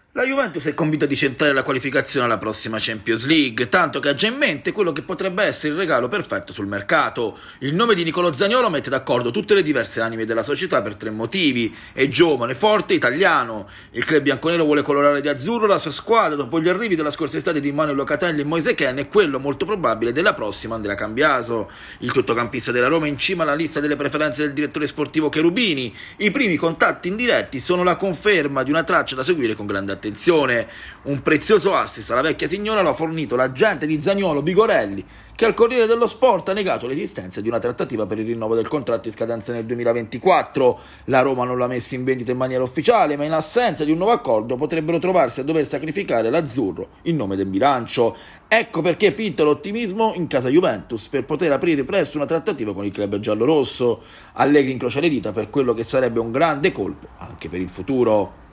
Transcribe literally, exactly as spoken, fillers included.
La Juventus è convinta di centrare la qualificazione alla prossima Champions League, tanto che ha già in mente quello che potrebbe essere il regalo perfetto sul mercato. Il nome di Niccolò Zaniolo mette d'accordo tutte le diverse anime della società per tre motivi: è giovane, forte, italiano. Il club bianconero vuole colorare di azzurro la sua squadra dopo gli arrivi della scorsa estate di Manuel Locatelli e Moise Kean e quello molto probabile della prossima Andrea Cambiaso. Il tuttocampista della Roma è in cima alla lista delle preferenze del direttore sportivo Cherubini. I primi contatti indiretti sono la conferma di una traccia da seguire con grande attenzione. Un prezioso assist alla vecchia signora l'ha fornito l'agente di Zaniolo, Vigorelli, che al Corriere dello Sport ha negato l'esistenza di una trattativa per il rinnovo del contratto in scadenza nel duemilaventiquattro. La Roma non l'ha messo in vendita in maniera ufficiale, ma in assenza di un nuovo accordo potrebbero trovarsi a dover sacrificare l'azzurro in nome del bilancio. Ecco perché è finto l'ottimismo in casa Juventus per poter aprire presto una trattativa con il club giallorosso. Allegri incrocia le dita per quello che sarebbe un grande colpo anche per il futuro.